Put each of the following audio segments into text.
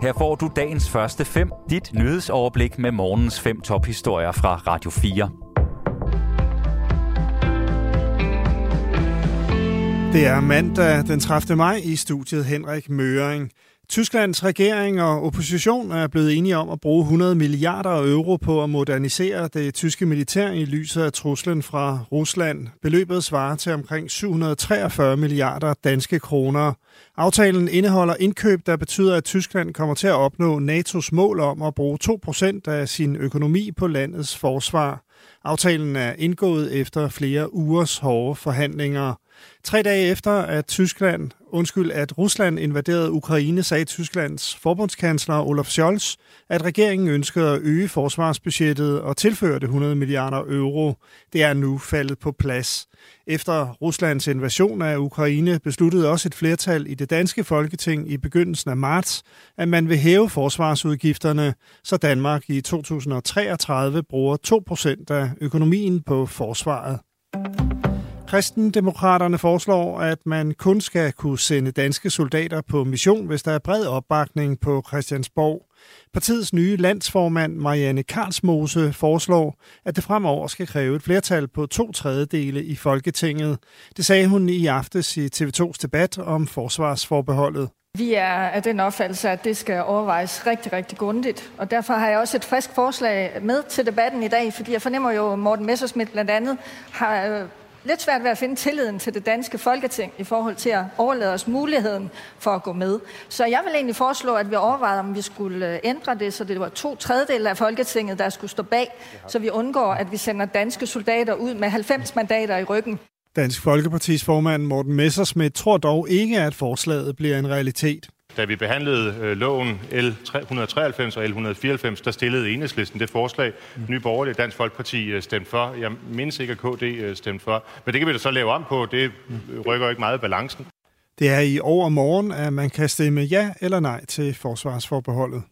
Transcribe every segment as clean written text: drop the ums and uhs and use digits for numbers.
Her får du dagens første 5, dit nyhedsoverblik med morgens 5 tophistorier fra Radio 4. Det er mandag den 30. maj i studiet Henrik Møring. Tysklands regering og opposition er blevet enige om at bruge 100 milliarder euro på at modernisere det tyske militær i lyset af truslen fra Rusland. Beløbet svarer til omkring 743 milliarder danske kroner. Aftalen indeholder indkøb, der betyder, at Tyskland kommer til at opnå NATO's mål om at bruge 2% af sin økonomi på landets forsvar. Aftalen er indgået efter flere ugers hårde forhandlinger. 3 dage efter, at Rusland invaderede Ukraine, sagde Tysklands forbundskansler Olaf Scholz, at regeringen ønskede at øge forsvarsbudgettet og tilførte 100 milliarder euro. Det er nu faldet på plads. Efter Ruslands invasion af Ukraine besluttede også et flertal i det danske Folketing i begyndelsen af marts, at man vil hæve forsvarsudgifterne, så Danmark i 2033 bruger 2% af økonomien på forsvaret. Kristendemokraterne foreslår, at man kun skal kunne sende danske soldater på mission, hvis der er bred opbakning på Christiansborg. Partiets nye landsformand Marianne Karlsmose foreslår, at det fremover skal kræve et flertal på 2/3 i Folketinget. Det sagde hun i aftes i TV2's debat om forsvarsforbeholdet. Vi er af den opfattelse, at det skal overvejes rigtig, rigtig grundigt. Og derfor har jeg også et frisk forslag med til debatten i dag, fordi jeg fornemmer jo, at Morten Messerschmidt blandt andet har lidt svært ved at finde tilliden til det danske Folketing i forhold til at overlade os muligheden for at gå med. Så jeg vil egentlig foreslå, at vi overvejede, om vi skulle ændre det, så det var 2/3 af Folketinget, der skulle stå bag, så vi undgår, at vi sender danske soldater ud med 90 mandater i ryggen. Dansk Folkepartis formand Morten Messerschmidt tror dog ikke, at forslaget bliver en realitet. Da vi behandlede loven L 193 og L 194, der stillede Enhedslisten det forslag. Nye Borgerlige, Dansk Folkeparti stemte for. Jeg mindes ikke, at KD stemte for. Men det kan vi da så lave om på. Det rykker ikke meget balancen. Det er i overmorgen, at man kan stemme ja eller nej til forsvarsforbeholdet.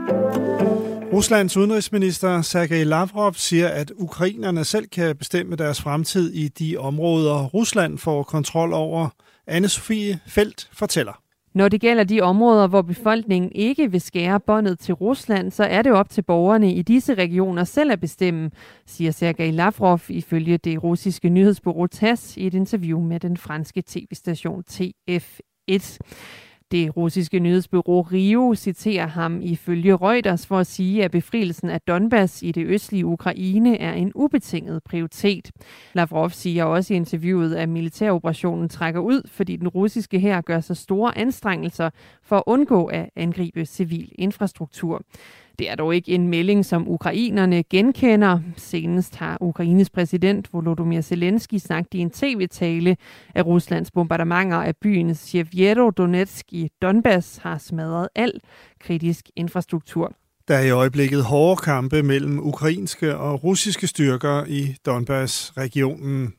Ruslands udenrigsminister Sergej Lavrov siger, at ukrainerne selv kan bestemme deres fremtid i de områder, Rusland får kontrol over. Anne-Sophie Feldt fortæller. Når det gælder de områder, hvor befolkningen ikke vil skære båndet til Rusland, så er det op til borgerne i disse regioner selv at bestemme, siger Sergej Lavrov ifølge det russiske nyhedsbureau TASS i et interview med den franske tv-station TF1. Det russiske nyhedsbureau RIO citerer ham ifølge Reuters for at sige, at befrielsen af Donbas i det østlige Ukraine er en ubetinget prioritet. Lavrov siger også i interviewet, at militæroperationen trækker ud, fordi den russiske hær gør sig store anstrengelser for at undgå at angribe civil infrastruktur. Det er dog ikke en melding, som ukrainerne genkender. Senest har Ukraines præsident Volodymyr Zelensky sagt i en tv-tale, at Ruslands bombardementer af byen Sjevjerodonetsk i Donbas har smadret al kritisk infrastruktur. Der er i øjeblikket hårde kampe mellem ukrainske og russiske styrker i Donbas-regionen.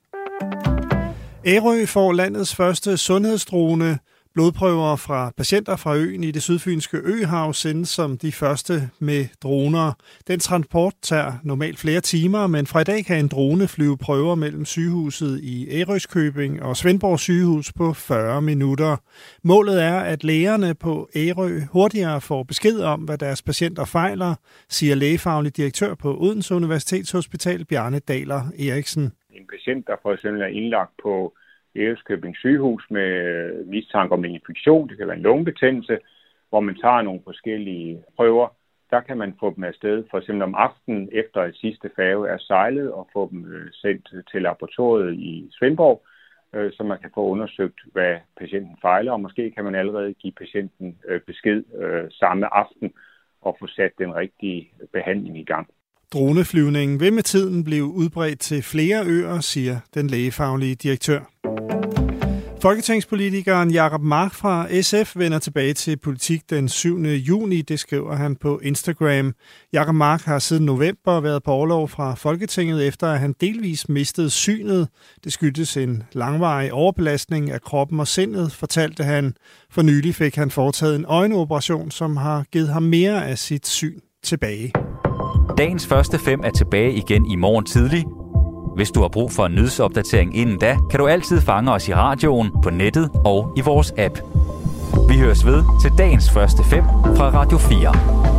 Ærø får landets første sundhedsdrone. Blodprøver fra patienter fra øen i det sydfynske øhav sendes som de første med droner. Den transport tager normalt flere timer, men fra i dag kan en drone flyve prøver mellem sygehuset i Ærøskøbing og Svendborg sygehus på 40 minutter. Målet er, at lægerne på Ærø hurtigere får besked om, hvad deres patienter fejler, siger lægefaglig direktør på Odense Universitetshospital Bjarne Daler Eriksen. En patient, der for eksempel er indlagt på Ærøskøbing sygehus med mistanke om en infektion, det kan være en lungebetændelse, hvor man tager nogle forskellige prøver. Der kan man få dem afsted, for eksempel om aftenen efter at sidste færge er sejlet, og få dem sendt til laboratoriet i Svendborg, så man kan få undersøgt, hvad patienten fejler, og måske kan man allerede give patienten besked samme aften og få sat den rigtige behandling i gang. Droneflyvningen vil med tiden blive udbredt til flere øer, siger den lægefaglige direktør. Folketingspolitikeren Jacob Mark fra SF vender tilbage til politik den 7. juni, det skriver han på Instagram. Jacob Mark har siden november været på orlov fra Folketinget, efter at han delvis mistede synet. Det skyldes en langvarig overbelastning af kroppen og sindet, fortalte han. For nylig fik han foretaget en øjenoperation, som har givet ham mere af sit syn tilbage. Dagens første 5 er tilbage igen i morgen tidlig. Hvis du har brug for en nyhedsopdatering inden da, kan du altid fange os i radioen, på nettet og i vores app. Vi høres ved til dagens første 5 fra Radio 4.